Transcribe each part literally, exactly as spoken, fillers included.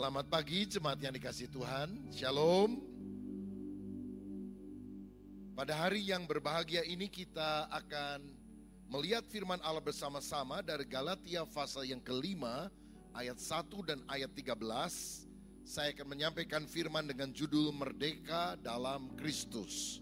Selamat pagi jemaat yang dikasihi Tuhan, Shalom. Pada hari yang berbahagia ini kita akan melihat firman Allah bersama-sama dari Galatia pasal yang kelima ayat satu dan ayat tiga belas. Saya akan menyampaikan firman dengan judul Merdeka dalam Kristus.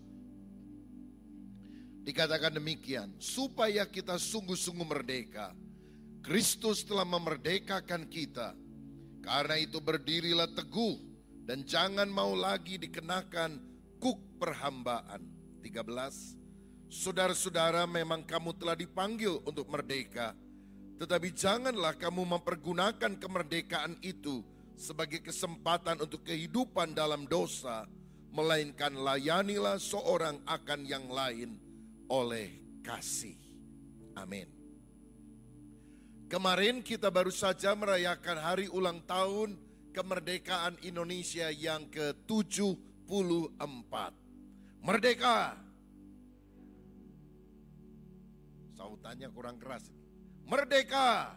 Dikatakan demikian, supaya kita sungguh-sungguh merdeka. Kristus telah memerdekakan kita. Karena itu berdirilah teguh dan jangan mau lagi dikenakan kuk perhambaan. tiga belas. Saudara-saudara, memang kamu telah dipanggil untuk merdeka. Tetapi janganlah kamu mempergunakan kemerdekaan itu sebagai kesempatan untuk kehidupan dalam dosa, melainkan layanilah seorang akan yang lain oleh kasih. Amin. Kemarin kita baru saja merayakan hari ulang tahun kemerdekaan Indonesia yang ke tujuh puluh empat. Merdeka! Sautannya kurang keras. Merdeka!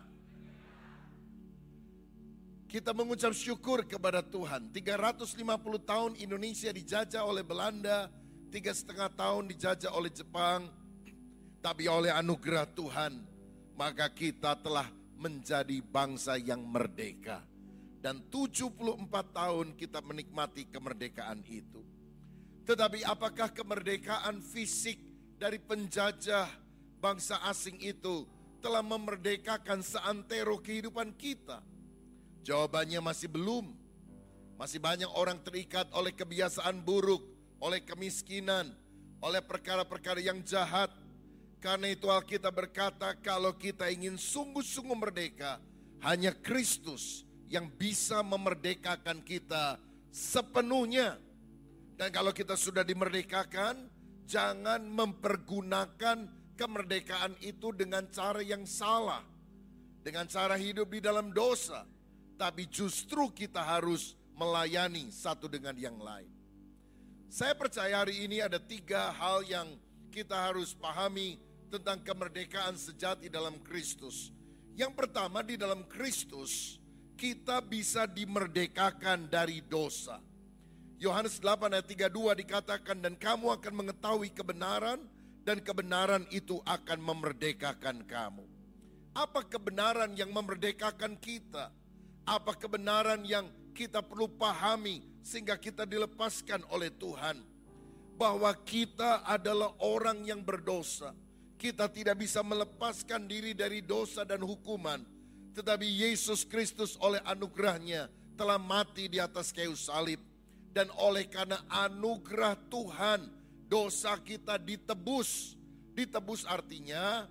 Kita mengucap syukur kepada Tuhan. tiga ratus lima puluh tahun Indonesia dijajah oleh Belanda, tiga setengah tahun dijajah oleh Jepang. Tapi oleh anugerah Tuhan, maka kita telah menjadi bangsa yang merdeka. Dan tujuh puluh empat tahun kita menikmati kemerdekaan itu. Tetapi apakah kemerdekaan fisik dari penjajah bangsa asing itu telah memerdekakan seantero kehidupan kita? Jawabannya masih belum. Masih banyak orang terikat oleh kebiasaan buruk, oleh kemiskinan, oleh perkara-perkara yang jahat. Karena itu Alkitab berkata, kalau kita ingin sungguh-sungguh merdeka, hanya Kristus yang bisa memerdekakan kita sepenuhnya. Dan kalau kita sudah dimerdekakan, jangan mempergunakan kemerdekaan itu dengan cara yang salah, dengan cara hidup di dalam dosa. Tapi justru kita harus melayani satu dengan yang lain. Saya percaya hari ini ada tiga hal yang kita harus pahami tentang kemerdekaan sejati dalam Kristus. Yang pertama, di dalam Kristus kita bisa dimerdekakan dari dosa. Yohanes delapan ayat tiga puluh dua dikatakan, dan kamu akan mengetahui kebenaran dan kebenaran itu akan memerdekakan kamu. Apa kebenaran yang memerdekakan kita? Apa kebenaran yang kita perlu pahami sehingga kita dilepaskan oleh Tuhan? Bahwa kita adalah orang yang berdosa. Kita tidak bisa melepaskan diri dari dosa dan hukuman. Tetapi Yesus Kristus oleh anugerahnya telah mati di atas kayu salib. Dan oleh karena anugerah Tuhan, dosa kita ditebus. Ditebus artinya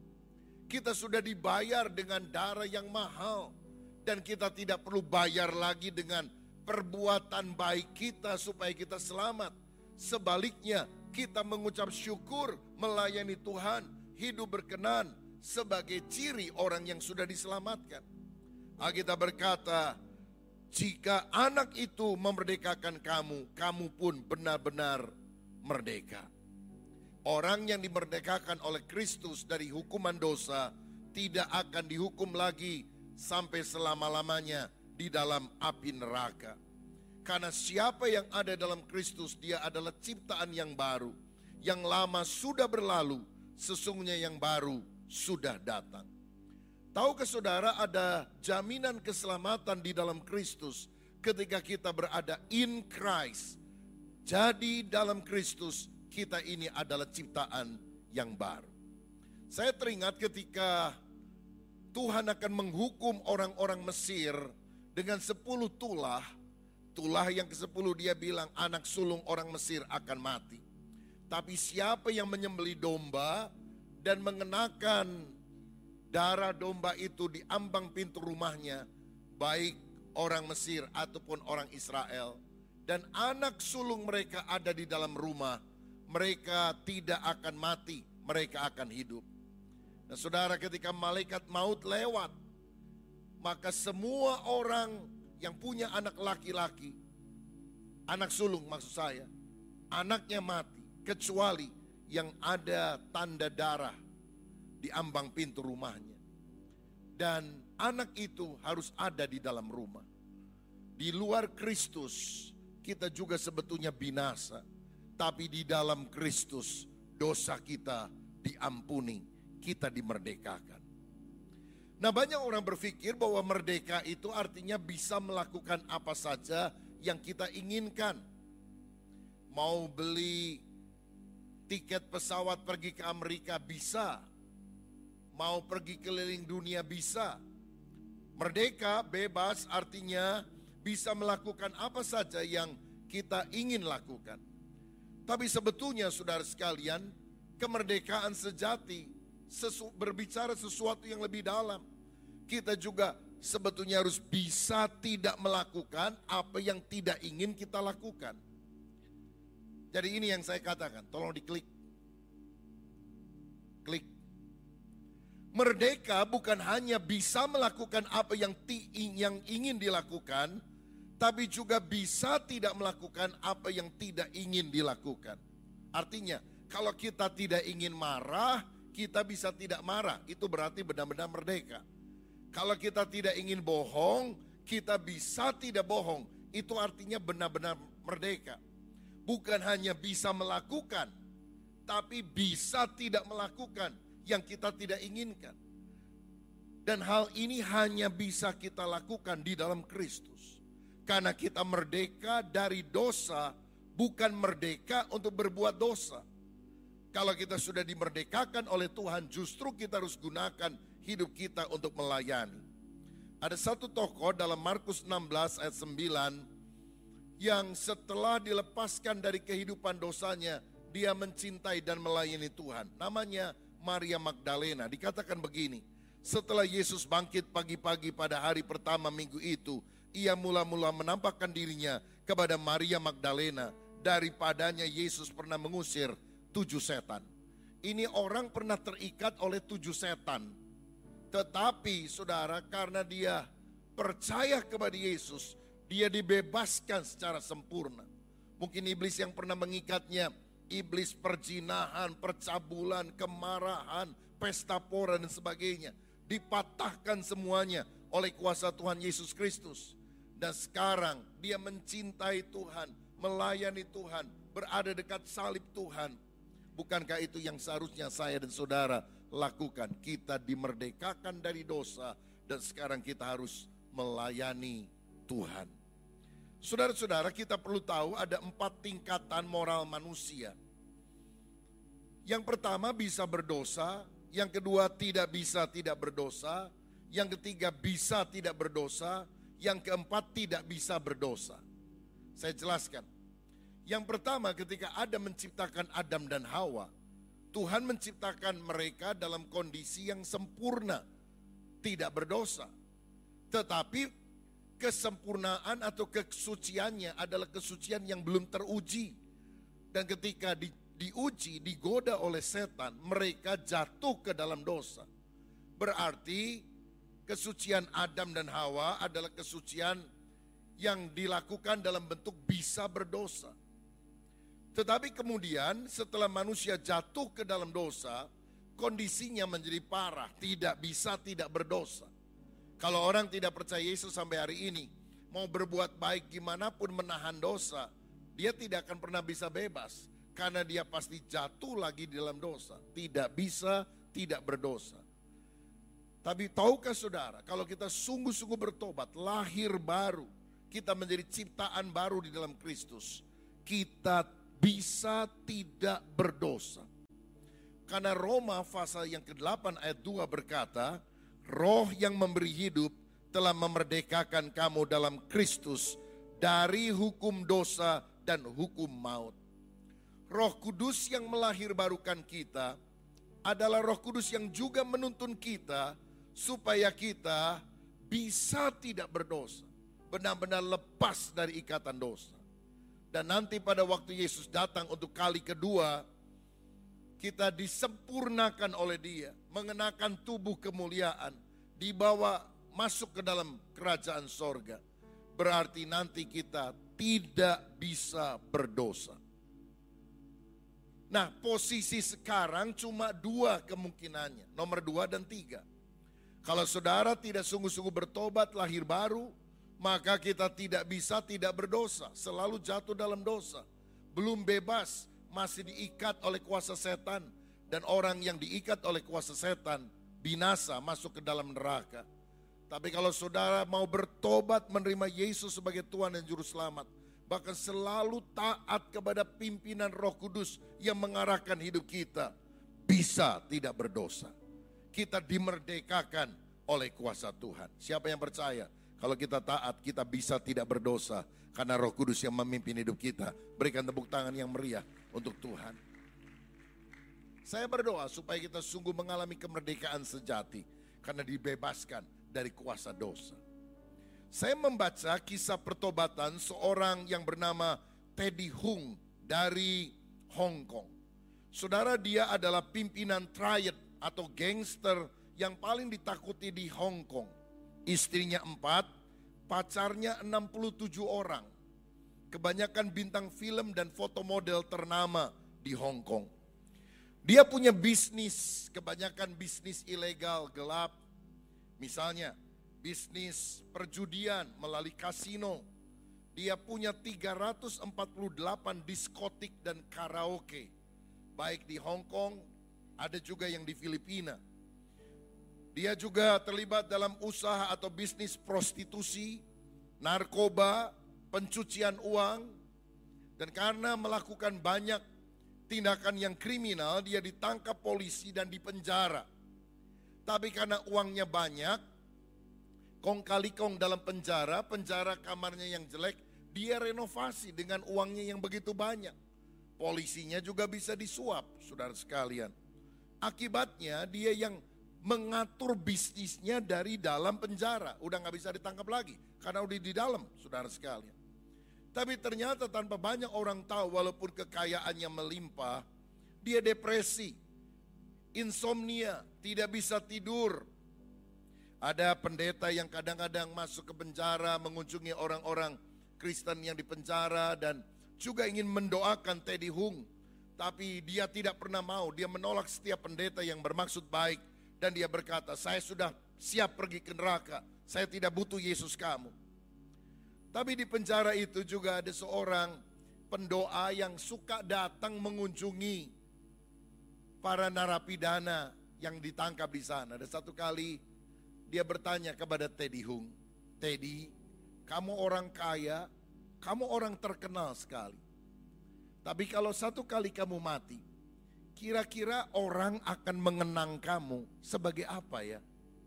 kita sudah dibayar dengan darah yang mahal. Dan kita tidak perlu bayar lagi dengan perbuatan baik kita supaya kita selamat. Sebaliknya, kita mengucap syukur, melayani Tuhan, hidup berkenan sebagai ciri orang yang sudah diselamatkan. Alkitab berkata, jika anak itu memerdekakan kamu, kamu pun benar-benar merdeka. Orang yang dimerdekakan oleh Kristus dari hukuman dosa tidak akan dihukum lagi sampai selama-lamanya di dalam api neraka. Karena siapa yang ada dalam Kristus, dia adalah ciptaan yang baru. Yang lama sudah berlalu, sesungguhnya yang baru sudah datang. Tahukah saudara, ada jaminan keselamatan di dalam Kristus ketika kita berada in Christ. Jadi dalam Kristus kita ini adalah ciptaan yang baru. Saya teringat ketika Tuhan akan menghukum orang-orang Mesir dengan sepuluh tulah. Tulah yang kesepuluh dia bilang anak sulung orang Mesir akan mati. Tapi siapa yang menyembelih domba dan mengenakan darah domba itu di ambang pintu rumahnya, baik orang Mesir ataupun orang Israel, dan anak sulung mereka ada di dalam rumah, mereka tidak akan mati, mereka akan hidup. Nah saudara, ketika malaikat maut lewat, maka semua orang yang punya anak laki-laki, anak sulung maksud saya, anaknya mati, kecuali yang ada tanda darah di ambang pintu rumahnya. Dan anak itu harus ada di dalam rumah. di luar Kristus kita juga sebetulnya binasa. Tapi di dalam Kristus dosa kita diampuni, kita dimerdekakan. Nah, banyak orang berpikir bahwa merdeka itu artinya bisa melakukan apa saja yang kita inginkan. Mau beli tiket pesawat pergi ke Amerika bisa. Mau pergi keliling dunia bisa. Merdeka, bebas artinya bisa melakukan apa saja yang kita ingin lakukan. Tapi sebetulnya saudara sekalian, kemerdekaan sejati sesu, berbicara sesuatu yang lebih dalam. Kita juga sebetulnya harus bisa tidak melakukan apa yang tidak ingin kita lakukan. Jadi ini yang saya katakan, tolong diklik. Klik. Merdeka bukan hanya bisa melakukan apa yang, ti, yang ingin dilakukan, tapi juga bisa tidak melakukan apa yang tidak ingin dilakukan. Artinya, kalau kita tidak ingin marah, kita bisa tidak marah. Itu berarti benar-benar merdeka. Kalau kita tidak ingin bohong, kita bisa tidak bohong. Itu artinya benar-benar merdeka. Bukan hanya bisa melakukan, tapi bisa tidak melakukan yang kita tidak inginkan. Dan hal ini hanya bisa kita lakukan di dalam Kristus. Karena kita merdeka dari dosa, bukan merdeka untuk berbuat dosa. Kalau kita sudah dimerdekakan oleh Tuhan, justru kita harus gunakan hidup kita untuk melayani. Ada satu tokoh dalam Markus enam belas ayat sembilan yang setelah dilepaskan dari kehidupan dosanya, dia mencintai dan melayani Tuhan. Namanya Maria Magdalena. Dikatakan begini, setelah Yesus bangkit pagi-pagi pada hari pertama minggu itu, ia mula-mula menampakkan dirinya kepada Maria Magdalena. Daripadanya Yesus pernah mengusir tujuh setan. Ini orang pernah terikat oleh tujuh setan. Tetapi saudara, karena dia percaya kepada Yesus, dia dibebaskan secara sempurna. Mungkin iblis yang pernah mengikatnya, iblis perzinahan, percabulan, kemarahan, pesta pora dan sebagainya, dipatahkan semuanya oleh kuasa Tuhan Yesus Kristus. Dan sekarang dia mencintai Tuhan, melayani Tuhan, berada dekat salib Tuhan. Bukankah itu yang seharusnya saya dan saudara lakukan? Kita dimerdekakan dari dosa dan sekarang kita harus melayani Tuhan. Saudara-saudara, kita perlu tahu ada empat tingkatan moral manusia. Yang pertama bisa berdosa, yang kedua tidak bisa tidak berdosa, yang ketiga bisa tidak berdosa, yang keempat tidak bisa berdosa. Saya jelaskan. Yang pertama, ketika Adam menciptakan Adam dan Hawa, Tuhan menciptakan mereka dalam kondisi yang sempurna, tidak berdosa. Tetapi kesempurnaan atau kesuciannya adalah kesucian yang belum teruji. Dan ketika di, diuji, digoda oleh setan, mereka jatuh ke dalam dosa. Berarti kesucian Adam dan Hawa adalah kesucian yang dilakukan dalam bentuk bisa berdosa. Tetapi kemudian setelah manusia jatuh ke dalam dosa, kondisinya menjadi parah, tidak bisa tidak berdosa. Kalau orang tidak percaya Yesus sampai hari ini, mau berbuat baik gimana pun menahan dosa, dia tidak akan pernah bisa bebas. Karena dia pasti jatuh lagi di dalam dosa, tidak bisa tidak berdosa. Tapi tahukah saudara, kalau kita sungguh-sungguh bertobat, lahir baru, kita menjadi ciptaan baru di dalam Kristus, kita bisa tidak berdosa. Karena Roma pasal yang kedelapan ayat dua berkata, Roh yang memberi hidup telah memerdekakan kamu dalam Kristus dari hukum dosa dan hukum maut. Roh Kudus yang melahirbarukan kita adalah Roh Kudus yang juga menuntun kita supaya kita bisa tidak berdosa, benar-benar lepas dari ikatan dosa. Dan nanti pada waktu Yesus datang untuk kali kedua, kita disempurnakan oleh Dia, mengenakan tubuh kemuliaan, dibawa masuk ke dalam kerajaan sorga. Berarti nanti kita tidak bisa berdosa. Nah, posisi sekarang cuma dua kemungkinannya, nomor dua dan tiga. Kalau saudara tidak sungguh-sungguh bertobat, lahir baru, maka kita tidak bisa tidak berdosa, selalu jatuh dalam dosa. Belum bebas, masih diikat oleh kuasa setan. Dan orang yang diikat oleh kuasa setan binasa, masuk ke dalam neraka. Tapi kalau saudara mau bertobat, menerima Yesus sebagai Tuhan dan Juru Selamat, bahkan selalu taat kepada pimpinan Roh Kudus yang mengarahkan hidup kita, bisa tidak berdosa. Kita dimerdekakan oleh kuasa Tuhan. Siapa yang percaya? Kalau kita taat, kita bisa tidak berdosa karena Roh Kudus yang memimpin hidup kita. Berikan tepuk tangan yang meriah untuk Tuhan. Saya berdoa supaya kita sungguh mengalami kemerdekaan sejati karena dibebaskan dari kuasa dosa. Saya membaca kisah pertobatan seorang yang bernama Teddy Hung dari Hong Kong. Saudara, dia adalah pimpinan triad atau gangster yang paling ditakuti di Hong Kong. Istrinya empat, pacarnya enam puluh tujuh orang. Kebanyakan bintang film dan foto model ternama di Hong Kong. Dia punya bisnis, kebanyakan bisnis ilegal, gelap. Misalnya bisnis perjudian melalui kasino. Dia punya tiga ratus empat puluh delapan diskotik dan karaoke. Baik di Hong Kong, ada juga yang di Filipina. Dia juga terlibat dalam usaha atau bisnis prostitusi, narkoba, pencucian uang. Dan karena melakukan banyak tindakan yang kriminal, dia ditangkap polisi dan dipenjara. Tapi karena uangnya banyak, kong kali kong dalam penjara, penjara kamarnya yang jelek, dia renovasi dengan uangnya yang begitu banyak. Polisinya juga bisa disuap, saudara sekalian. Akibatnya dia yang mengatur bisnisnya dari dalam penjara. Udah gak bisa ditangkap lagi, karena udah di dalam, saudara sekalian. Tapi ternyata tanpa banyak orang tahu, walaupun kekayaannya melimpah, dia depresi, insomnia, tidak bisa tidur. Ada pendeta yang kadang-kadang masuk ke penjara, mengunjungi orang-orang Kristen yang di penjara dan juga ingin mendoakan Teddy Hung. Tapi dia tidak pernah mau, dia menolak setiap pendeta yang bermaksud baik. Dan dia berkata, saya sudah siap pergi ke neraka, saya tidak butuh Yesus kamu. Tapi di penjara itu juga ada seorang pendoa yang suka datang mengunjungi para narapidana yang ditangkap di sana. Dan satu kali dia bertanya kepada Teddy Hung, Teddy, kamu orang kaya, kamu orang terkenal sekali. Tapi kalau satu kali kamu mati, kira-kira orang akan mengenang kamu sebagai apa ya?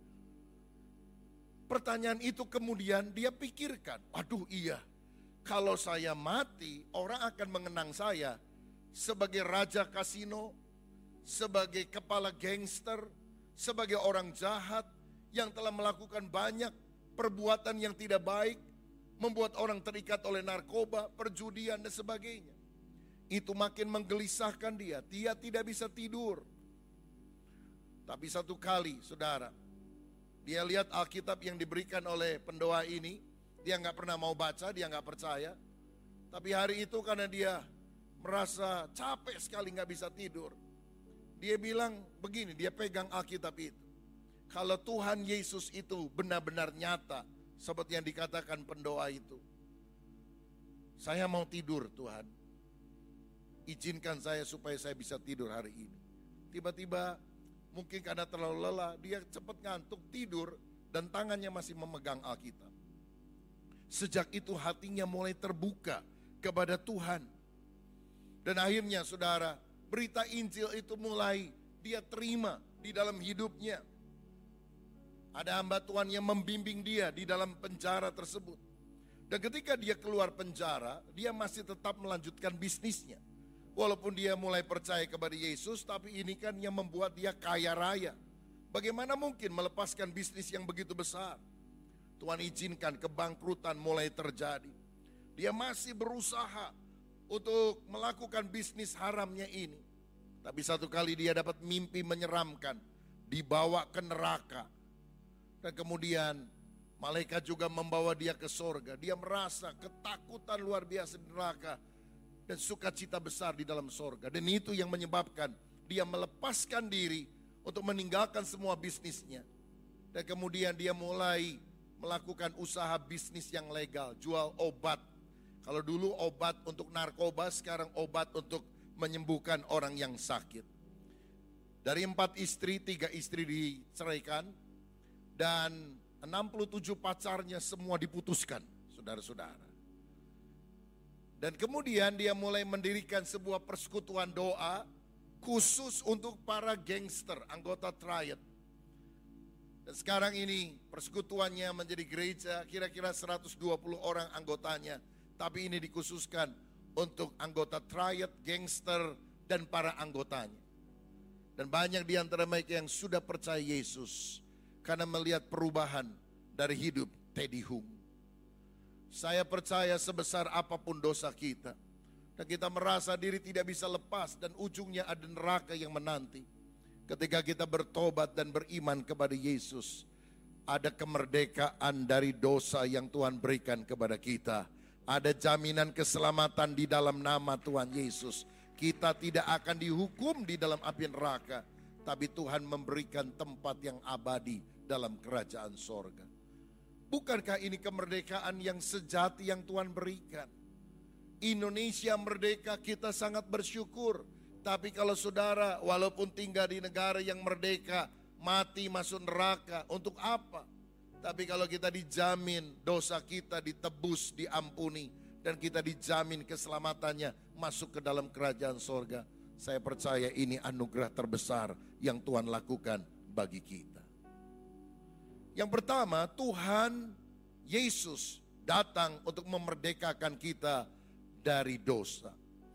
Pertanyaan itu kemudian dia pikirkan, aduh iya, kalau saya mati orang akan mengenang saya sebagai raja kasino, sebagai kepala gangster, sebagai orang jahat yang telah melakukan banyak perbuatan yang tidak baik, membuat orang terikat oleh narkoba, perjudian dan sebagainya. Itu makin menggelisahkan dia, dia tidak bisa tidur. Tapi satu kali saudara, dia lihat Alkitab yang diberikan oleh pendoa ini, dia nggak pernah mau baca, dia nggak percaya. Tapi hari itu karena dia merasa capek sekali nggak bisa tidur, dia bilang begini, dia pegang Alkitab itu. Kalau Tuhan Yesus itu benar-benar nyata, seperti yang dikatakan pendoa itu, saya mau tidur Tuhan, izinkan saya supaya saya bisa tidur hari ini. Tiba-tiba mungkin karena terlalu lelah, dia cepat ngantuk, tidur, dan tangannya masih memegang Alkitab. Sejak itu hatinya mulai terbuka kepada Tuhan. Dan akhirnya saudara, berita Injil itu mulai dia terima di dalam hidupnya. Ada hamba Tuhan yang membimbing dia di dalam penjara tersebut. Dan ketika dia keluar penjara, dia masih tetap melanjutkan bisnisnya. Walaupun dia mulai percaya kepada Yesus, tapi ini kan yang membuat dia kaya raya. Bagaimana mungkin melepaskan bisnis yang begitu besar? Tuhan izinkan kebangkrutan mulai terjadi. Dia masih berusaha untuk melakukan bisnis haramnya ini. Tapi satu kali dia dapat mimpi menyeramkan, dibawa ke neraka. Dan kemudian malaikat juga membawa dia ke sorga. Dia merasa ketakutan luar biasa di neraka dan sukacita besar di dalam sorga. Dan itu yang menyebabkan dia melepaskan diri untuk meninggalkan semua bisnisnya. Dan kemudian dia mulai melakukan usaha bisnis yang legal, jual obat. Kalau dulu obat untuk narkoba, sekarang obat untuk menyembuhkan orang yang sakit. Dari empat istri, tiga istri diceraikan, dan enam puluh tujuh pacarnya semua diputuskan, saudara-saudara. Dan kemudian dia mulai mendirikan sebuah persekutuan doa khusus untuk para gangster, anggota triad. Dan sekarang ini persekutuannya menjadi gereja, kira-kira seratus dua puluh orang anggotanya. Tapi ini dikhususkan untuk anggota triad, gangster, dan para anggotanya. Dan banyak di antara mereka yang sudah percaya Yesus karena melihat perubahan dari hidup Teddy Hung. Saya percaya sebesar apapun dosa kita, dan kita merasa diri tidak bisa lepas dan ujungnya ada neraka yang menanti. Ketika kita bertobat dan beriman kepada Yesus, ada kemerdekaan dari dosa yang Tuhan berikan kepada kita. Ada jaminan keselamatan di dalam nama Tuhan Yesus. Kita tidak akan dihukum di dalam api neraka, tapi Tuhan memberikan tempat yang abadi dalam kerajaan sorga. Bukankah ini kemerdekaan yang sejati yang Tuhan berikan? Indonesia merdeka, kita sangat bersyukur. Tapi kalau saudara walaupun tinggal di negara yang merdeka, mati masuk neraka, untuk apa? Tapi kalau kita dijamin dosa kita ditebus, diampuni, dan kita dijamin keselamatannya masuk ke dalam kerajaan sorga, saya percaya ini anugerah terbesar yang Tuhan lakukan bagi kita. Yang pertama, Tuhan Yesus datang untuk memerdekakan kita dari dosa.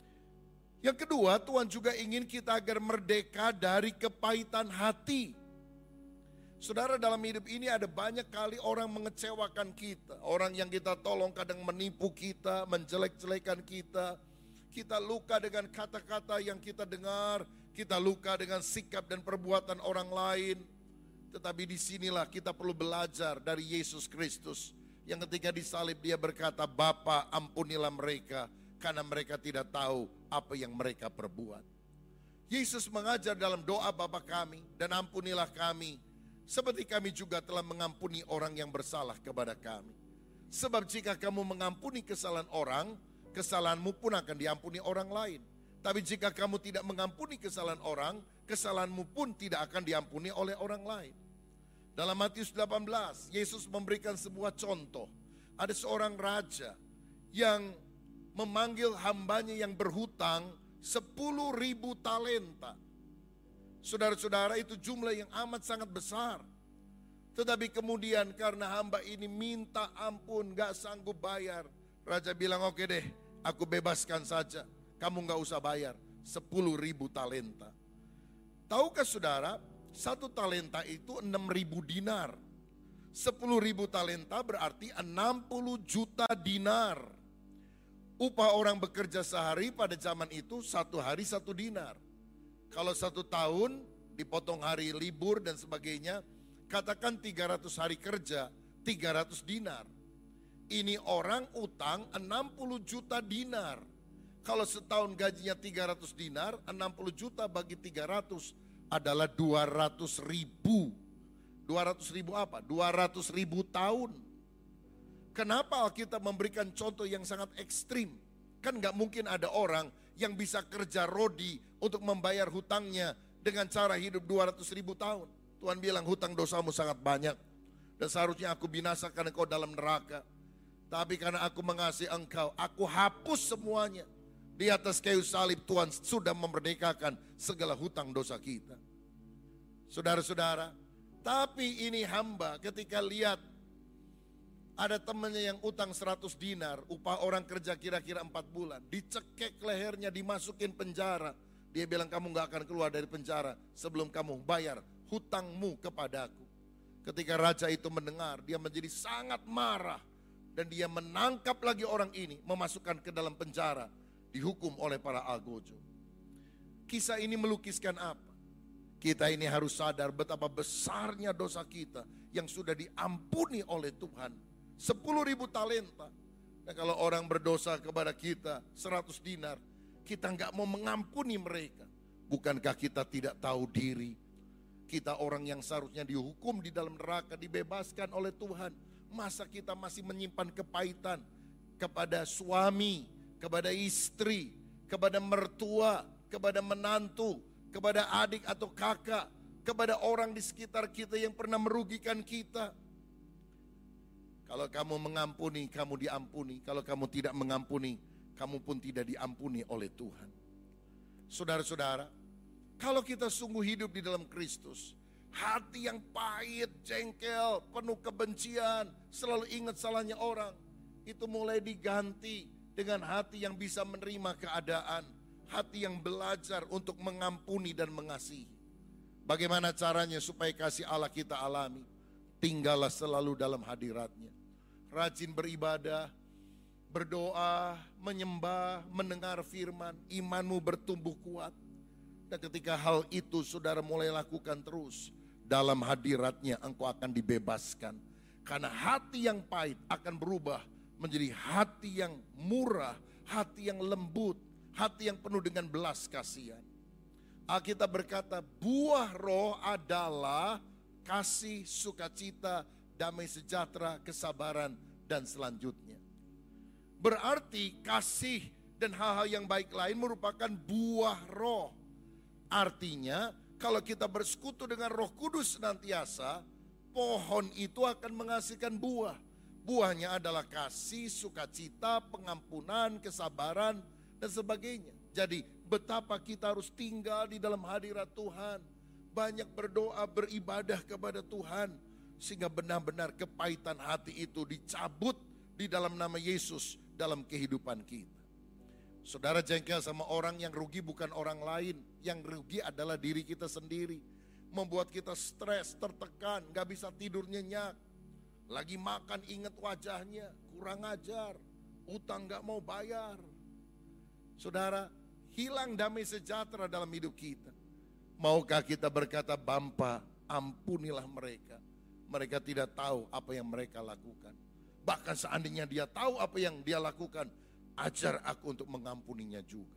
Yang kedua, Tuhan juga ingin kita agar merdeka dari kepahitan hati. Saudara, dalam hidup ini ada banyak kali orang mengecewakan kita. Orang yang kita tolong kadang menipu kita, menjelek-jelekan kita. Kita luka dengan kata-kata yang kita dengar. Kita luka dengan sikap dan perbuatan orang lain. Tetapi disinilah kita perlu belajar dari Yesus Kristus. Yang ketika disalib dia berkata, Bapa ampunilah mereka, karena mereka tidak tahu apa yang mereka perbuat. Yesus mengajar dalam doa Bapa kami, dan ampunilah kami, seperti kami juga telah mengampuni orang yang bersalah kepada kami. Sebab jika kamu mengampuni kesalahan orang, kesalahanmu pun akan diampuni orang lain. Tapi jika kamu tidak mengampuni kesalahan orang, kesalahanmu pun tidak akan diampuni oleh orang lain. Dalam Matius delapan belas, Yesus memberikan sebuah contoh. Ada seorang raja yang memanggil hambanya yang berhutang sepuluh ribu talenta. Saudara-saudara, itu jumlah yang amat sangat besar. Tetapi kemudian karena hamba ini minta ampun, gak sanggup bayar, raja bilang, oke deh, aku bebaskan saja, kamu gak usah bayar. Sepuluh ribu talenta. Tahukah saudara, satu talenta itu enam ribu dinar. Sepuluh ribu talenta berarti enam puluh juta dinar. Upah orang bekerja sehari pada zaman itu satu hari satu dinar. Kalau satu tahun dipotong hari libur dan sebagainya, katakan tiga ratus hari kerja, tiga ratus dinar. Ini orang utang enam puluh juta dinar. Kalau setahun gajinya tiga ratus dinar, enam puluh juta bagi tiga ratus adalah dua ratus ribu. dua ratus ribu apa? dua ratus ribu tahun. Kenapa Alkitab memberikan contoh yang sangat ekstrim? Kan gak mungkin ada orang yang bisa kerja rodi untuk membayar hutangnya dengan cara hidup dua ratus ribu tahun. Tuhan bilang hutang dosamu sangat banyak, dan seharusnya aku binasakan engkau dalam neraka. Tapi karena aku mengasihi engkau, aku hapus semuanya. Di atas kayu salib Tuhan sudah memerdekakan segala hutang dosa kita. Saudara-saudara, tapi ini hamba ketika lihat ada temannya yang utang seratus dinar, upah orang kerja kira-kira empat bulan. Dicekek lehernya, dimasukin penjara. Dia bilang kamu gak akan keluar dari penjara sebelum kamu bayar hutangmu kepadaku. Ketika raja itu mendengar, dia menjadi sangat marah. Dan dia menangkap lagi orang ini, memasukkan ke dalam penjara, dihukum oleh para algojo. Kisah ini melukiskan apa? Kita ini harus sadar betapa besarnya dosa kita yang sudah diampuni oleh Tuhan. Sepuluh ribu talenta. Nah, kalau orang berdosa kepada kita seratus dinar, kita nggak mau mengampuni mereka. Bukankah kita tidak tahu diri? Kita orang yang seharusnya dihukum di dalam neraka, dibebaskan oleh Tuhan. Masa kita masih menyimpan kepahitan kepada suami, kepada istri, kepada mertua, kepada menantu, kepada adik atau kakak, kepada orang di sekitar kita yang pernah merugikan kita. Kalau kamu mengampuni, kamu diampuni. Kalau kamu tidak mengampuni, kamu pun tidak diampuni oleh Tuhan. Saudara-saudara, kalau kita sungguh hidup di dalam Kristus, hati yang pahit, jengkel, penuh kebencian, selalu ingat salahnya orang, itu mulai diganti dengan hati yang bisa menerima keadaan, hati yang belajar untuk mengampuni dan mengasihi. Bagaimana caranya supaya kasih Allah kita alami? Tinggallah selalu dalam hadirat-Nya. Rajin beribadah, berdoa, menyembah, mendengar firman, imanmu bertumbuh kuat. Dan ketika hal itu saudara mulai lakukan terus, dalam hadirat-Nya engkau akan dibebaskan. Karena hati yang pahit akan berubah menjadi hati yang murah, hati yang lembut, hati yang penuh dengan belas kasihan. Alkitab berkata, buah roh adalah kasih, sukacita, damai sejahtera, kesabaran, dan selanjutnya. Berarti kasih dan hal-hal yang baik lain merupakan buah roh. Artinya kalau kita bersekutu dengan Roh Kudus senantiasa, pohon itu akan menghasilkan buah. Buahnya adalah kasih, sukacita, pengampunan, kesabaran, dan sebagainya. Jadi betapa kita harus tinggal di dalam hadirat Tuhan. Banyak berdoa, beribadah kepada Tuhan. Sehingga benar-benar kepahitan hati itu dicabut di dalam nama Yesus dalam kehidupan kita. Saudara jengkel sama orang, yang rugi bukan orang lain. Yang rugi adalah diri kita sendiri. Membuat kita stres, tertekan, gak bisa tidur nyenyak. Lagi makan ingat wajahnya, kurang ajar. Utang gak mau bayar. Saudara, hilang damai sejahtera dalam hidup kita. Maukah kita berkata, Bapa, ampunilah mereka. Mereka tidak tahu apa yang mereka lakukan. Bahkan seandainya dia tahu apa yang dia lakukan, ajar aku untuk mengampuninya juga.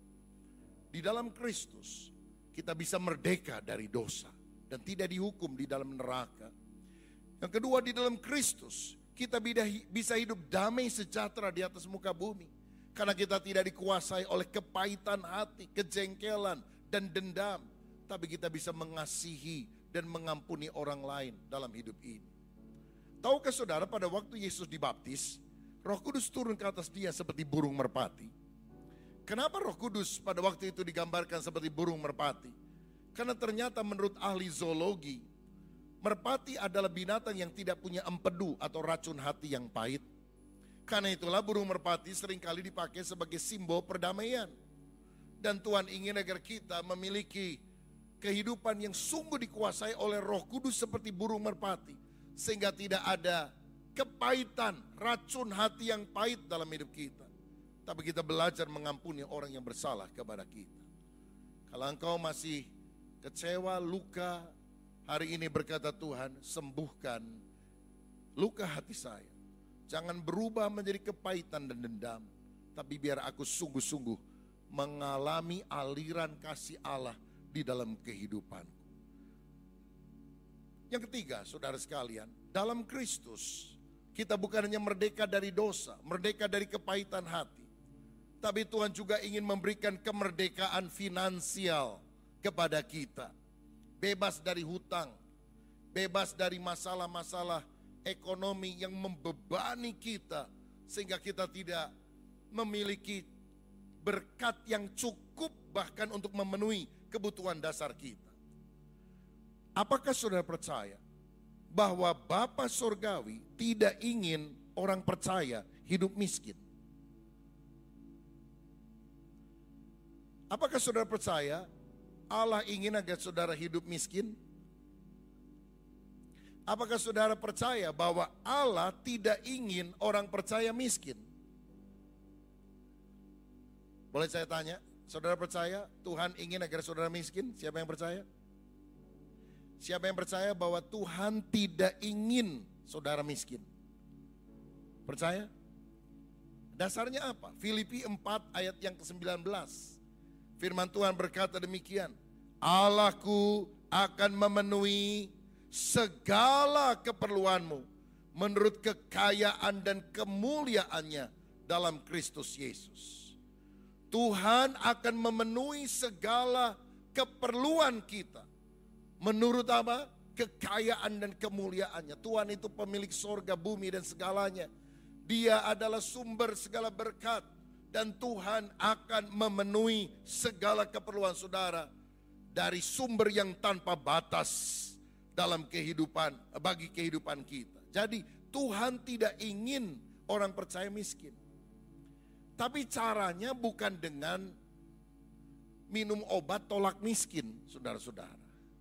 Di dalam Kristus, kita bisa merdeka dari dosa dan tidak dihukum di dalam neraka. Yang kedua, di dalam Kristus, kita bisa hidup damai sejahtera di atas muka bumi. Karena kita tidak dikuasai oleh kepahitan hati, kejengkelan, dan dendam. Tapi kita bisa mengasihi dan mengampuni orang lain dalam hidup ini. Tahukah saudara, pada waktu Yesus dibaptis, Roh Kudus turun ke atas dia seperti burung merpati. Kenapa Roh Kudus pada waktu itu digambarkan seperti burung merpati? Karena ternyata menurut ahli zoologi, merpati adalah binatang yang tidak punya empedu atau racun hati yang pahit. Karena itulah burung merpati seringkali dipakai sebagai simbol perdamaian. Dan Tuhan ingin agar kita memiliki kehidupan yang sungguh dikuasai oleh Roh Kudus seperti burung merpati. Sehingga tidak ada kepahitan, racun hati yang pahit dalam hidup kita. Tapi kita belajar mengampuni orang yang bersalah kepada kita. Kalau engkau masih kecewa, luka, hari ini berkata Tuhan, sembuhkan luka hati saya. Jangan berubah menjadi kepahitan dan dendam. Tapi biar aku sungguh-sungguh mengalami aliran kasih Allah di dalam kehidupanku. Yang ketiga, saudara sekalian, dalam Kristus kita bukan hanya merdeka dari dosa, merdeka dari kepahitan hati, tapi Tuhan juga ingin memberikan kemerdekaan finansial kepada kita. Bebas dari hutang, bebas dari masalah-masalah ekonomi yang membebani kita, sehingga kita tidak memiliki berkat yang cukup bahkan untuk memenuhi kebutuhan dasar kita. Apakah saudara percaya bahwa Bapa Surgawi tidak ingin orang percaya hidup miskin? Apakah saudara percaya Allah ingin agar saudara hidup miskin? Apakah saudara percaya bahwa Allah tidak ingin orang percaya miskin? Boleh saya tanya, saudara percaya Tuhan ingin agar saudara miskin? Siapa yang percaya? Siapa yang percaya bahwa Tuhan tidak ingin saudara miskin? Percaya? Dasarnya apa? Filipi empat ayat yang ke sembilan belas. Firman Tuhan berkata demikian, Allahku akan memenuhi segala keperluanmu menurut kekayaan dan kemuliaannya dalam Kristus Yesus. Tuhan akan memenuhi segala keperluan kita. Menurut apa? Kekayaan dan kemuliaannya. Tuhan itu pemilik sorga, bumi dan segalanya. Dia adalah sumber segala berkat. Dan Tuhan akan memenuhi segala keperluan saudara. Dari sumber yang tanpa batas dalam kehidupan, bagi kehidupan kita. Jadi Tuhan tidak ingin orang percaya miskin. Tapi caranya bukan dengan minum obat tolak miskin, saudara-saudara.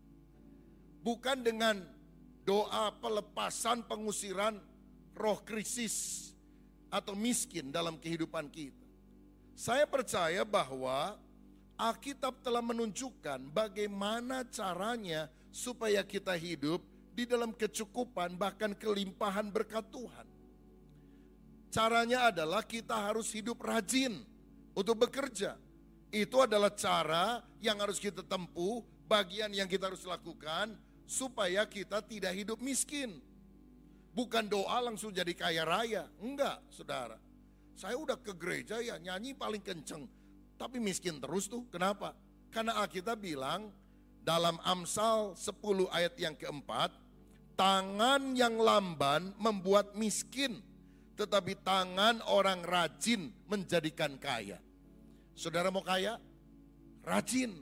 Bukan dengan doa pelepasan pengusiran roh krisis atau miskin dalam kehidupan kita. Saya percaya bahwa Alkitab telah menunjukkan bagaimana caranya supaya kita hidup di dalam kecukupan bahkan kelimpahan berkat Tuhan. Caranya adalah kita harus hidup rajin untuk bekerja. Itu adalah cara yang harus kita tempuh, bagian yang kita harus lakukan supaya kita tidak hidup miskin. Bukan doa langsung jadi kaya raya, enggak saudara. Saya udah ke gereja ya nyanyi paling kenceng, tapi miskin terus tuh, kenapa? Karena Alkitab bilang dalam Amsal sepuluh ayat yang keempat, tangan yang lamban membuat miskin, tetapi tangan orang rajin menjadikan kaya. Saudara mau kaya? Rajin.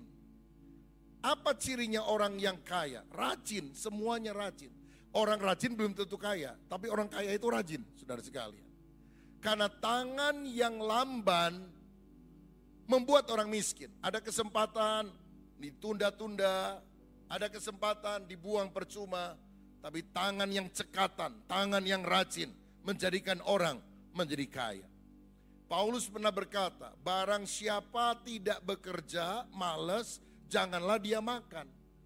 Apa cirinya orang yang kaya? Rajin, semuanya rajin. Orang rajin belum tentu kaya, tapi orang kaya itu rajin, saudara sekalian. Karena tangan yang lamban membuat orang miskin. Ada kesempatan ditunda-tunda, ada kesempatan dibuang percuma. Tapi tangan yang cekatan, tangan yang rajin menjadikan orang menjadi kaya. Paulus pernah berkata, barang siapa tidak bekerja, malas, janganlah dia makan.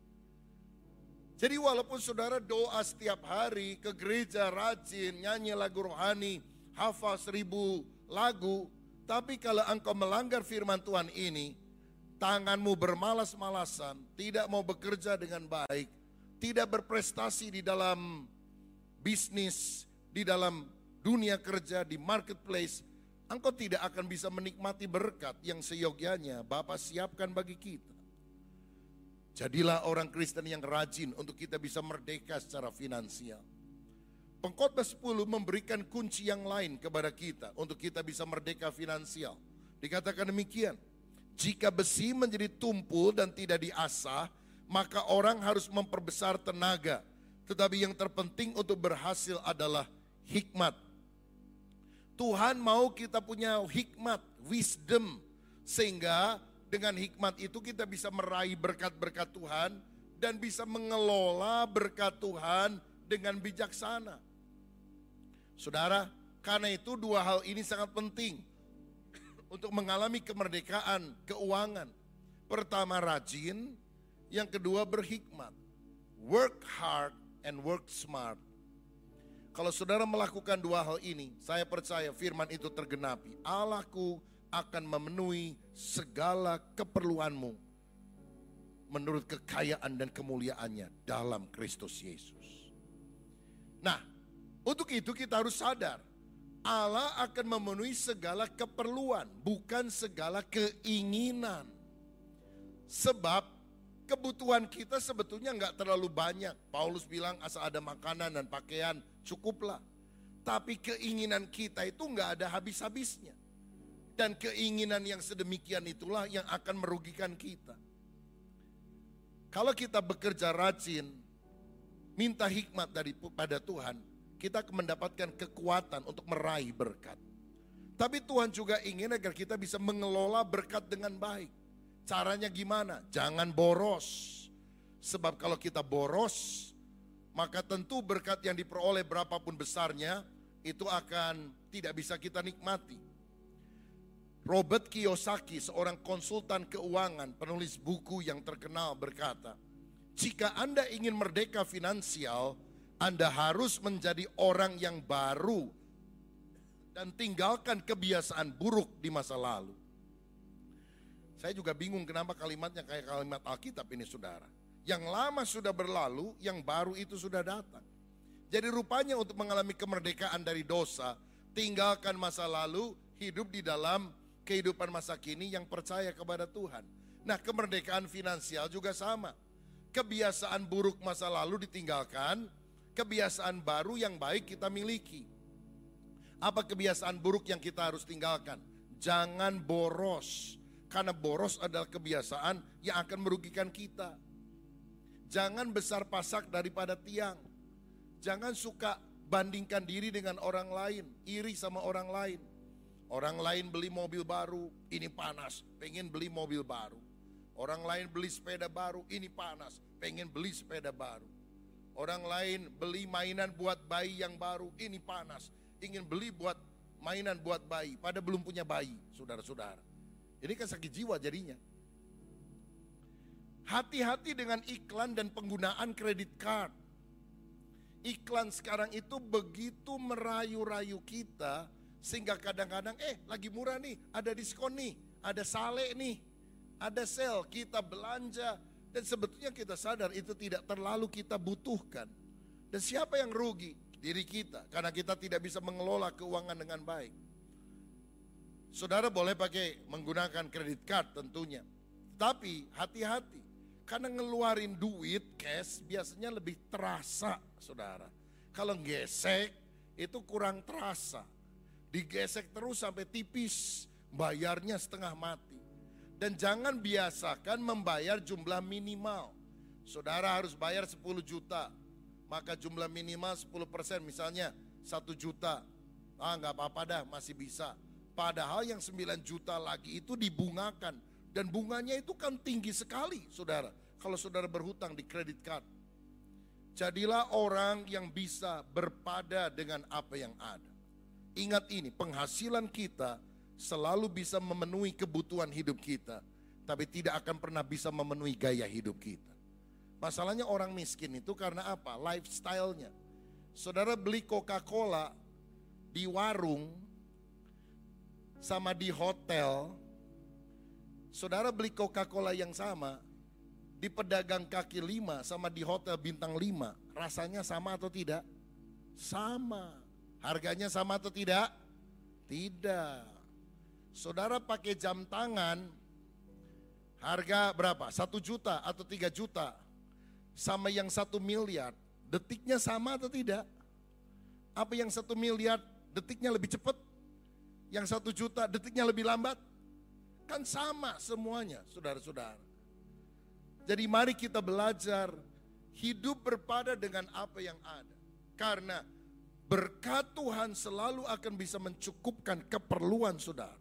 Jadi walaupun saudara doa setiap hari, ke gereja rajin, nyanyi lagu rohani, hafal seribu lagu, tapi kalau engkau melanggar firman Tuhan ini, tanganmu bermalas-malasan, tidak mau bekerja dengan baik, tidak berprestasi di dalam bisnis, di dalam dunia kerja, di marketplace, engkau tidak akan bisa menikmati berkat yang seyogyanya Bapa siapkan bagi kita. Jadilah orang Kristen yang rajin untuk kita bisa merdeka secara finansial. Pengkhotbah sepuluh memberikan kunci yang lain kepada kita untuk kita bisa merdeka finansial. Dikatakan demikian, jika besi menjadi tumpul dan tidak diasah, maka orang harus memperbesar tenaga. Tetapi yang terpenting untuk berhasil adalah hikmat. Tuhan mau kita punya hikmat, wisdom, sehingga dengan hikmat itu kita bisa meraih berkat-berkat Tuhan dan bisa mengelola berkat Tuhan dengan bijaksana. Saudara, karena itu dua hal ini sangat penting untuk mengalami kemerdekaan keuangan. Pertama rajin, yang kedua berhikmat. Work hard and work smart. Kalau saudara melakukan dua hal ini, saya percaya firman itu tergenapi. Allahku akan memenuhi segala keperluanmu menurut kekayaan dan kemuliaannya dalam Kristus Yesus. Nah, untuk itu kita harus sadar, Allah akan memenuhi segala keperluan, bukan segala keinginan. Sebab kebutuhan kita sebetulnya enggak terlalu banyak. Paulus bilang asal ada makanan dan pakaian cukuplah. Tapi keinginan kita itu enggak ada habis-habisnya. Dan keinginan yang sedemikian itulah yang akan merugikan kita. Kalau kita bekerja rajin, minta hikmat daripada Tuhan, kita akan mendapatkan kekuatan untuk meraih berkat. Tapi Tuhan juga ingin agar kita bisa mengelola berkat dengan baik. Caranya gimana? Jangan boros. Sebab kalau kita boros, maka tentu berkat yang diperoleh berapapun besarnya, itu akan tidak bisa kita nikmati. Robert Kiyosaki, seorang konsultan keuangan, penulis buku yang terkenal berkata, jika Anda ingin merdeka finansial, Anda harus menjadi orang yang baru dan tinggalkan kebiasaan buruk di masa lalu. Saya juga bingung kenapa kalimatnya kayak kalimat Alkitab ini saudara. Yang lama sudah berlalu, yang baru itu sudah datang. Jadi rupanya untuk mengalami kemerdekaan dari dosa, tinggalkan masa lalu, hidup di dalam kehidupan masa kini yang percaya kepada Tuhan. Nah, kemerdekaan finansial juga sama. Kebiasaan buruk masa lalu ditinggalkan, kebiasaan baru yang baik kita miliki. Apa kebiasaan buruk yang kita harus tinggalkan? Jangan boros, karena boros adalah kebiasaan yang akan merugikan kita. Jangan besar pasak daripada tiang. Jangan suka bandingkan diri dengan orang lain, iri sama orang lain. Orang lain beli mobil baru, ini panas, pengen beli mobil baru. Orang lain beli sepeda baru, ini panas, pengen beli sepeda baru. Orang lain beli mainan buat bayi yang baru, ini panas, ingin beli buat mainan buat bayi, pada belum punya bayi, saudara-saudara. Ini kan sakit jiwa jadinya. Hati-hati dengan iklan dan penggunaan kredit card. Iklan sekarang itu begitu merayu-rayu kita, sehingga kadang-kadang eh lagi murah nih, ada diskon nih, ada sale nih, ada sale, kita belanja. Dan sebetulnya kita sadar itu tidak terlalu kita butuhkan. Dan siapa yang rugi? Diri kita, karena kita tidak bisa mengelola keuangan dengan baik. Saudara boleh pakai menggunakan kredit card tentunya. Tapi hati-hati, karena ngeluarin duit cash biasanya lebih terasa, saudara. Kalau gesek itu kurang terasa. Digesek terus sampai tipis, bayarnya setengah mati. Dan jangan biasakan membayar jumlah minimal. Saudara harus bayar sepuluh juta, maka jumlah minimal sepuluh persen, misalnya satu juta. Ah nggak apa-apa dah, masih bisa. Padahal yang sembilan juta lagi itu dibungakan. Dan bunganya itu kan tinggi sekali, saudara. Kalau saudara berhutang di kredit card. Jadilah orang yang bisa berpada dengan apa yang ada. Ingat ini, penghasilan kita selalu bisa memenuhi kebutuhan hidup kita, tapi tidak akan pernah bisa memenuhi gaya hidup kita. Masalahnya orang miskin itu karena apa? Lifestyle-nya. Saudara beli Coca-Cola di warung sama di hotel. Saudara beli Coca-Cola yang sama di pedagang kaki lima sama di hotel bintang lima, rasanya sama atau tidak? Sama. Harganya sama atau tidak? Tidak. Saudara pakai jam tangan, harga berapa? Satu juta atau tiga juta, sama yang satu miliar, detiknya sama atau tidak? Apa yang satu miliar detiknya lebih cepat? Yang satu juta detiknya lebih lambat? Kan sama semuanya, saudara-saudara. Jadi mari kita belajar hidup berpada dengan apa yang ada. Karena berkat Tuhan selalu akan bisa mencukupkan keperluan saudara.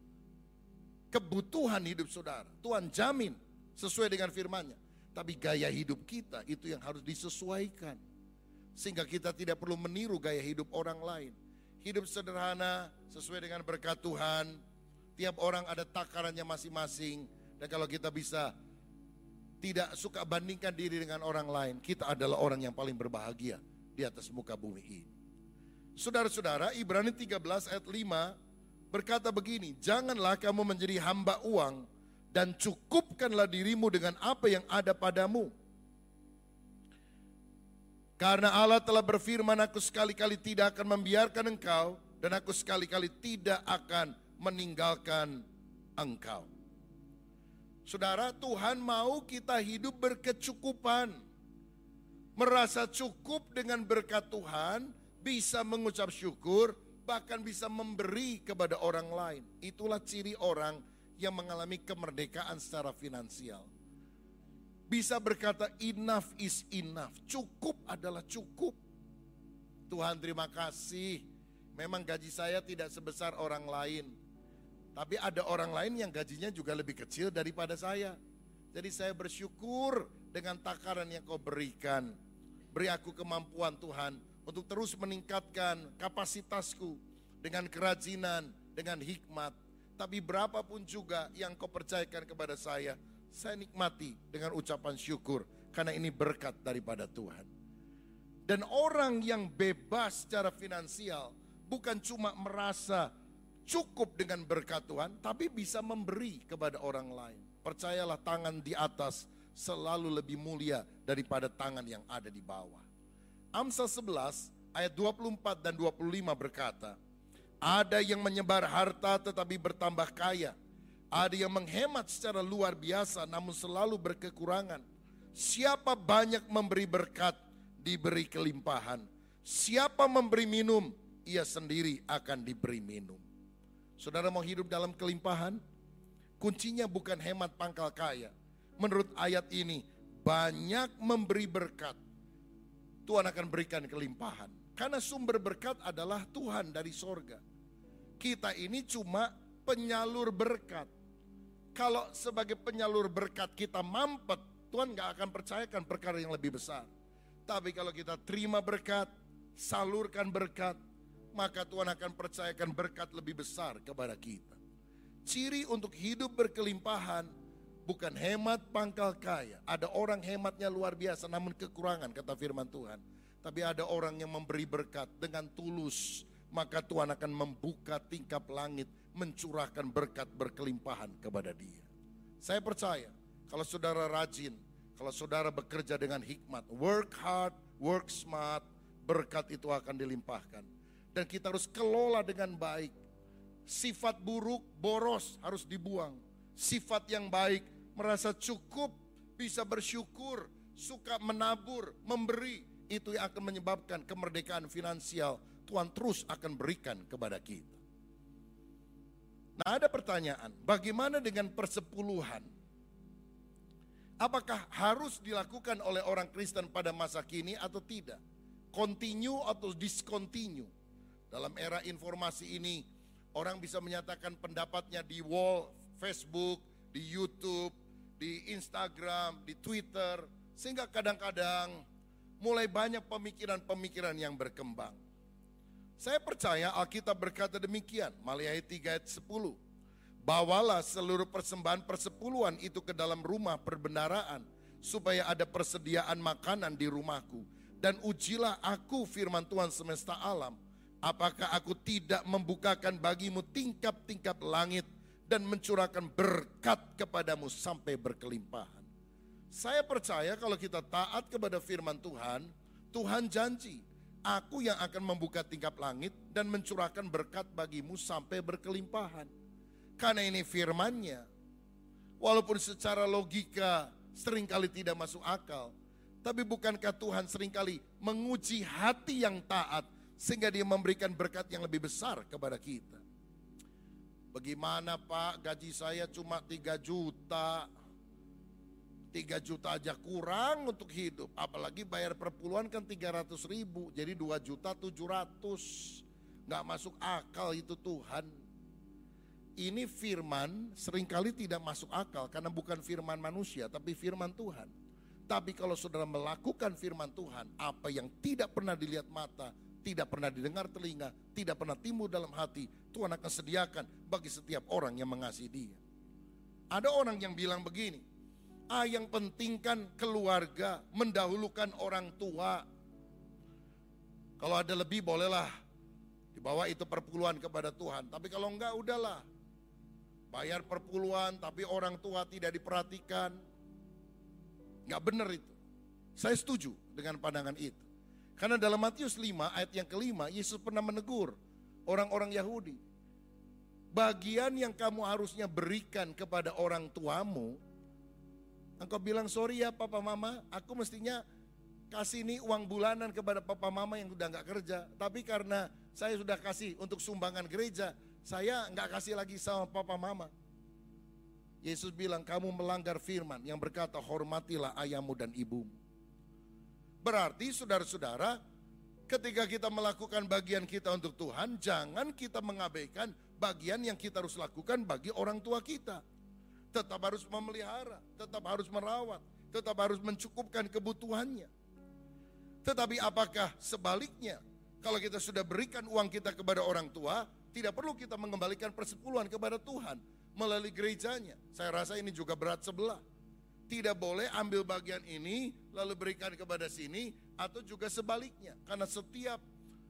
Kebutuhan hidup saudara, Tuhan jamin sesuai dengan firman-Nya. Tapi gaya hidup kita itu yang harus disesuaikan. Sehingga kita tidak perlu meniru gaya hidup orang lain. Hidup sederhana sesuai dengan berkat Tuhan. Tiap orang ada takarannya masing-masing. Dan kalau kita bisa tidak suka bandingkan diri dengan orang lain, kita adalah orang yang paling berbahagia di atas muka bumi ini. Saudara-saudara, Ibrani tiga belas ayat lima berkata begini, janganlah kamu menjadi hamba uang dan cukupkanlah dirimu dengan apa yang ada padamu. Karena Allah telah berfirman, aku sekali-kali tidak akan membiarkan engkau dan aku sekali-kali tidak akan meninggalkan engkau. Saudara, Tuhan mau kita hidup berkecukupan. Merasa cukup dengan berkat Tuhan, bisa mengucap syukur, bahkan bisa memberi kepada orang lain. Itulah ciri orang yang mengalami kemerdekaan secara finansial. Bisa berkata enough is enough, cukup adalah cukup. Tuhan terima kasih, memang gaji saya tidak sebesar orang lain. Tapi ada orang lain yang gajinya juga lebih kecil daripada saya. Jadi saya bersyukur dengan takaran yang kau berikan. Beri aku kemampuan Tuhan untuk terus meningkatkan kapasitasku dengan kerajinan, dengan hikmat. Tapi berapapun juga yang kau percayakan kepada saya, saya nikmati dengan ucapan syukur. Karena ini berkat daripada Tuhan. Dan orang yang bebas secara finansial bukan cuma merasa cukup dengan berkat Tuhan, tapi bisa memberi kepada orang lain. Percayalah, tangan di atas selalu lebih mulia daripada tangan yang ada di bawah. Amsal sebelas ayat dua puluh empat dan dua puluh lima berkata, ada yang menyebar harta tetapi bertambah kaya. Ada yang menghemat secara luar biasa namun selalu berkekurangan. Siapa banyak memberi berkat, diberi kelimpahan. Siapa memberi minum, ia sendiri akan diberi minum. Saudara mau hidup dalam kelimpahan? Kuncinya bukan hemat pangkal kaya. Menurut ayat ini, banyak memberi berkat, Tuhan akan berikan kelimpahan. Karena sumber berkat adalah Tuhan dari sorga. Kita ini cuma penyalur berkat. Kalau sebagai penyalur berkat kita mampet, Tuhan gak akan percayakan perkara yang lebih besar. Tapi kalau kita terima berkat, salurkan berkat, maka Tuhan akan percayakan berkat lebih besar kepada kita. Ciri untuk hidup berkelimpahan bukan hemat pangkal kaya. Ada orang hematnya luar biasa namun kekurangan, kata firman Tuhan. Tapi ada orang yang memberi berkat dengan tulus, maka Tuhan akan membuka tingkap langit, mencurahkan berkat berkelimpahan kepada dia. Saya percaya kalau saudara rajin, kalau saudara bekerja dengan hikmat, work hard, work smart, berkat itu akan dilimpahkan. Dan kita harus kelola dengan baik. Sifat buruk, boros harus dibuang. Sifat yang baik, merasa cukup, bisa bersyukur, suka menabur, memberi. Itu yang akan menyebabkan kemerdekaan finansial Tuhan terus akan berikan kepada kita. Nah, ada pertanyaan, bagaimana dengan persepuluhan? Apakah harus dilakukan oleh orang Kristen pada masa kini atau tidak? Continue atau discontinue? Dalam era informasi ini, orang bisa menyatakan pendapatnya di wall, Facebook, di YouTube, di Instagram, di Twitter. Sehingga kadang-kadang mulai banyak pemikiran-pemikiran yang berkembang. Saya percaya Alkitab berkata demikian, Maliaki tiga ayat sepuluh. Bawalah seluruh persembahan persepuluhan itu ke dalam rumah perbendaharaan, supaya ada persediaan makanan di rumahku. Dan ujilah aku, firman Tuhan semesta alam, apakah aku tidak membukakan bagimu tingkap-tingkap langit dan mencurahkan berkat kepadamu sampai berkelimpahan. Saya percaya kalau kita taat kepada firman Tuhan, Tuhan janji, aku yang akan membuka tingkap langit dan mencurahkan berkat bagimu sampai berkelimpahan. Karena ini firman-Nya. Walaupun secara logika seringkali tidak masuk akal, tapi bukankah Tuhan seringkali menguji hati yang taat sehingga Dia memberikan berkat yang lebih besar kepada kita. Bagaimana Pak, gaji saya cuma tiga juta. tiga juta aja kurang untuk hidup. Apalagi bayar perpuluhan kan tiga ratus ribu. Jadi dua juta tujuh ratus. Gak masuk akal itu Tuhan. Ini firman seringkali tidak masuk akal. Karena bukan firman manusia tapi firman Tuhan. Tapi kalau saudara melakukan firman Tuhan, apa yang tidak pernah dilihat mata, tidak pernah didengar telinga, tidak pernah timbul dalam hati, Tuhan akan sediakan bagi setiap orang yang mengasihi Dia. Ada orang yang bilang begini, ah yang penting kan keluarga, mendahulukan orang tua. Kalau ada lebih bolehlah dibawa itu perpuluhan kepada Tuhan. Tapi kalau enggak udahlah, bayar perpuluhan tapi orang tua tidak diperhatikan. Enggak benar itu. Saya setuju dengan pandangan itu. Karena dalam Matius lima ayat yang kelima, Yesus pernah menegur orang-orang Yahudi. Bagian yang kamu harusnya berikan kepada orang tuamu, engkau bilang sorry ya papa mama, aku mestinya kasih nih uang bulanan kepada papa mama yang udah gak kerja. Tapi karena saya sudah kasih untuk sumbangan gereja, saya gak kasih lagi sama papa mama. Yesus bilang kamu melanggar firman yang berkata hormatilah ayahmu dan ibumu. Berarti saudara-saudara, ketika kita melakukan bagian kita untuk Tuhan, jangan kita mengabaikan bagian yang kita harus lakukan bagi orang tua kita. Tetap harus memelihara, tetap harus merawat, tetap harus mencukupkan kebutuhannya. Tetapi apakah sebaliknya, kalau kita sudah berikan uang kita kepada orang tua, tidak perlu kita mengembalikan persepuluhan kepada Tuhan melalui gerejanya? Saya rasa ini juga berat sebelah. Tidak boleh ambil bagian ini lalu berikan kepada sini, atau juga sebaliknya. Karena setiap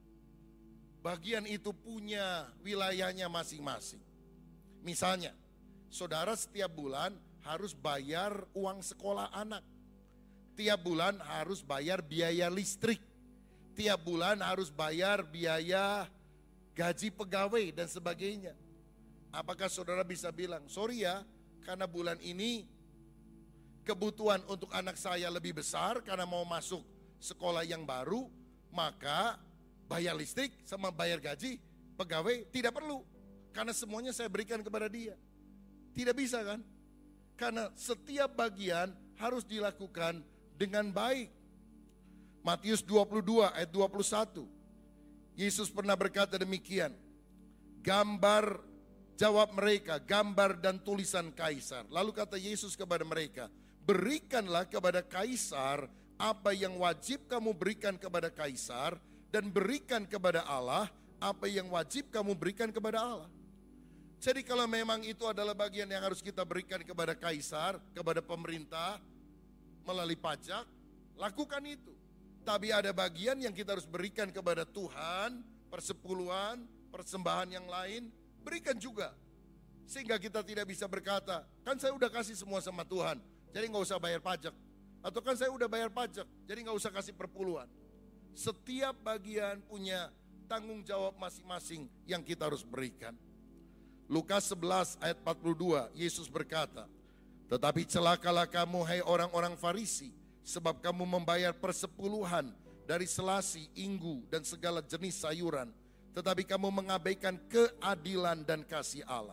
bagian itu punya wilayahnya masing-masing. Misalnya, saudara setiap bulan harus bayar uang sekolah anak. Tiap bulan harus bayar biaya listrik. tiap bulan harus bayar biaya gaji pegawai dan sebagainya. Apakah saudara bisa bilang, sorry ya, karena bulan ini kebutuhan untuk anak saya lebih besar karena mau masuk sekolah yang baru, maka bayar listrik sama bayar gaji pegawai tidak perlu, karena semuanya saya berikan kepada dia. Tidak bisa kan? Karena setiap bagian harus dilakukan dengan baik. Matius dua puluh dua ayat dua puluh satu, Yesus pernah berkata demikian, gambar, jawab mereka, gambar dan tulisan kaisar. Lalu kata Yesus kepada mereka, berikanlah kepada kaisar apa yang wajib kamu berikan kepada kaisar, dan berikan kepada Allah apa yang wajib kamu berikan kepada Allah. Jadi kalau memang itu adalah bagian yang harus kita berikan kepada kaisar, kepada pemerintah melalui pajak, lakukan itu. Tapi ada bagian yang kita harus berikan kepada Tuhan, persepuluhan, persembahan yang lain, berikan juga. Sehingga kita tidak bisa berkata, kan saya udah kasih semua sama Tuhan, jadi gak usah bayar pajak. Atau kan saya udah bayar pajak, jadi gak usah kasih perpuluhan. Setiap bagian punya tanggung jawab masing-masing yang kita harus berikan. Lukas sebelas ayat empat puluh dua, Yesus berkata, tetapi celakalah kamu hai orang-orang Farisi, sebab kamu membayar persepuluhan dari selasi, inggu, dan segala jenis sayuran, tetapi kamu mengabaikan keadilan dan kasih Allah.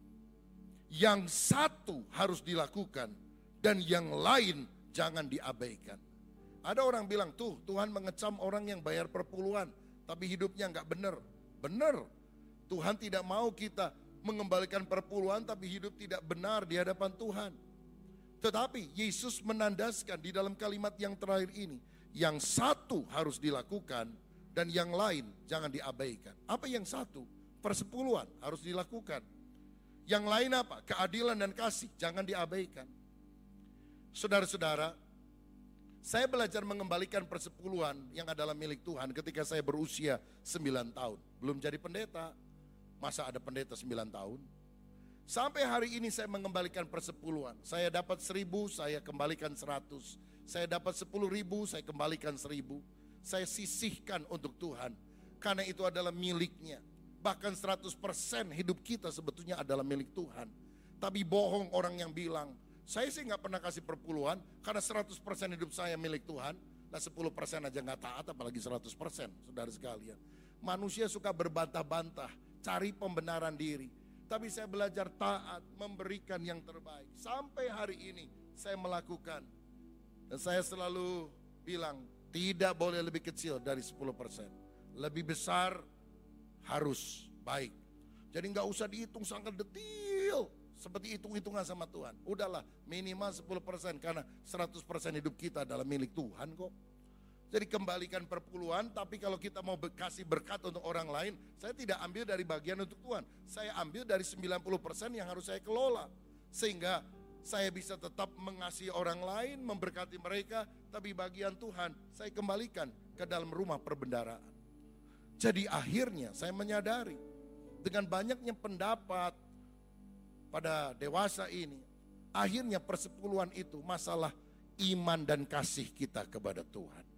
Yang satu harus dilakukan, dan yang lain jangan diabaikan. Ada orang bilang, tuh Tuhan mengecam orang yang bayar perpuluhan, tapi hidupnya enggak benar. Benar, Tuhan tidak mau kita mengembalikan perpuluhan tapi hidup tidak benar di hadapan Tuhan. Tetapi Yesus menandaskan di dalam kalimat yang terakhir ini, yang satu harus dilakukan dan yang lain jangan diabaikan. Apa yang satu? Persepuluhan harus dilakukan. Yang lain apa? Keadilan dan kasih jangan diabaikan. Saudara-saudara, saya belajar mengembalikan persepuluhan yang adalah milik Tuhan ketika saya berusia sembilan tahun. Belum jadi pendeta. Masa ada pendeta sembilan tahun? Sampai hari ini saya mengembalikan persepuluhan. Saya dapat seribu, saya kembalikan seratus. Saya dapat sepuluh ribu, saya kembalikan seribu. Saya sisihkan untuk Tuhan. Karena itu adalah miliknya. Bahkan seratus persen hidup kita sebetulnya adalah milik Tuhan. Tapi bohong orang yang bilang, saya sih gak pernah kasih perpuluhan karena seratus persen hidup saya milik Tuhan. Nah sepuluh persen aja gak taat, apalagi seratus persen, saudara sekalian. Manusia suka berbantah-bantah, cari pembenaran diri. Tapi saya belajar taat, memberikan yang terbaik. Sampai hari ini saya melakukan. Dan saya selalu bilang, tidak boleh lebih kecil dari sepuluh persen. Lebih besar harus baik. Jadi gak usah dihitung sangat detail, seperti hitung-hitungan sama Tuhan. Udahlah minimal sepuluh persen, karena seratus persen hidup kita adalah milik Tuhan kok. Jadi kembalikan perpuluhan, tapi kalau kita mau kasih berkat untuk orang lain, saya tidak ambil dari bagian untuk Tuhan. Saya ambil dari sembilan puluh persen yang harus saya kelola. Sehingga saya bisa tetap mengasihi orang lain, memberkati mereka, tapi bagian Tuhan saya kembalikan ke dalam rumah perbendaharaan. Jadi akhirnya saya menyadari, dengan banyaknya pendapat pada dewasa ini, akhirnya persepuluhan itu masalah iman dan kasih kita kepada Tuhan.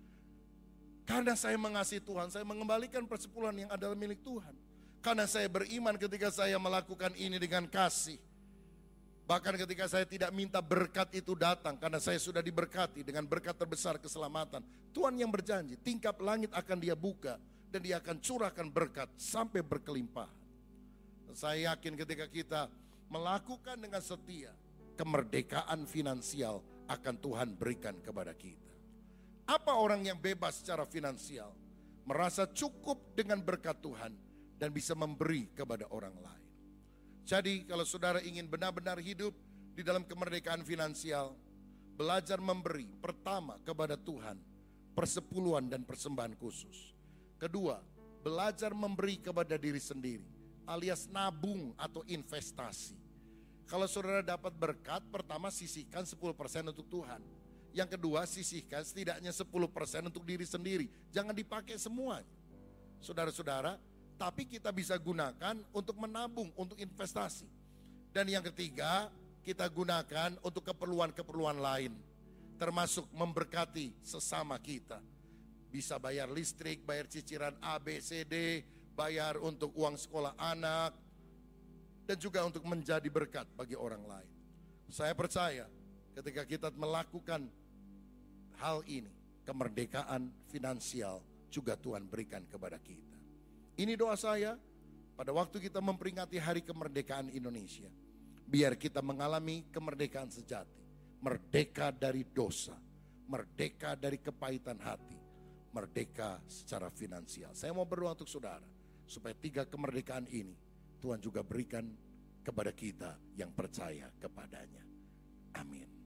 Karena saya mengasihi Tuhan, saya mengembalikan persepuluhan yang adalah milik Tuhan. Karena saya beriman ketika saya melakukan ini dengan kasih. Bahkan ketika saya tidak minta berkat itu datang, karena saya sudah diberkati dengan berkat terbesar keselamatan. Tuhan yang berjanji, tingkap langit akan Dia buka dan Dia akan curahkan berkat sampai berkelimpahan. Saya yakin ketika kita melakukan dengan setia, kemerdekaan finansial akan Tuhan berikan kepada kita. Apa orang yang bebas secara finansial? Merasa cukup dengan berkat Tuhan dan bisa memberi kepada orang lain. Jadi kalau saudara ingin benar-benar hidup di dalam kemerdekaan finansial, belajar memberi pertama kepada Tuhan, persepuluhan dan persembahan khusus. Kedua, belajar memberi kepada diri sendiri, alias nabung atau investasi. Kalau saudara dapat berkat, pertama sisihkan sepuluh persen untuk Tuhan. Yang kedua, sisihkan setidaknya sepuluh persen untuk diri sendiri. Jangan dipakai semuanya. Saudara-saudara, tapi kita bisa gunakan untuk menabung, untuk investasi. Dan yang ketiga, kita gunakan untuk keperluan-keperluan lain. Termasuk memberkati sesama kita. bisa bayar listrik, bayar cicilan A, B, C, D, bayar untuk uang sekolah anak, dan juga untuk menjadi berkat bagi orang lain. Saya percaya ketika kita melakukan hal ini, kemerdekaan finansial juga Tuhan berikan kepada kita. Ini doa saya pada waktu kita memperingati hari kemerdekaan Indonesia. Biar kita mengalami kemerdekaan sejati. Merdeka dari dosa, merdeka dari kepahitan hati, merdeka secara finansial. Saya mau berdoa untuk saudara, supaya tiga kemerdekaan ini Tuhan juga berikan kepada kita yang percaya kepadanya. Amin.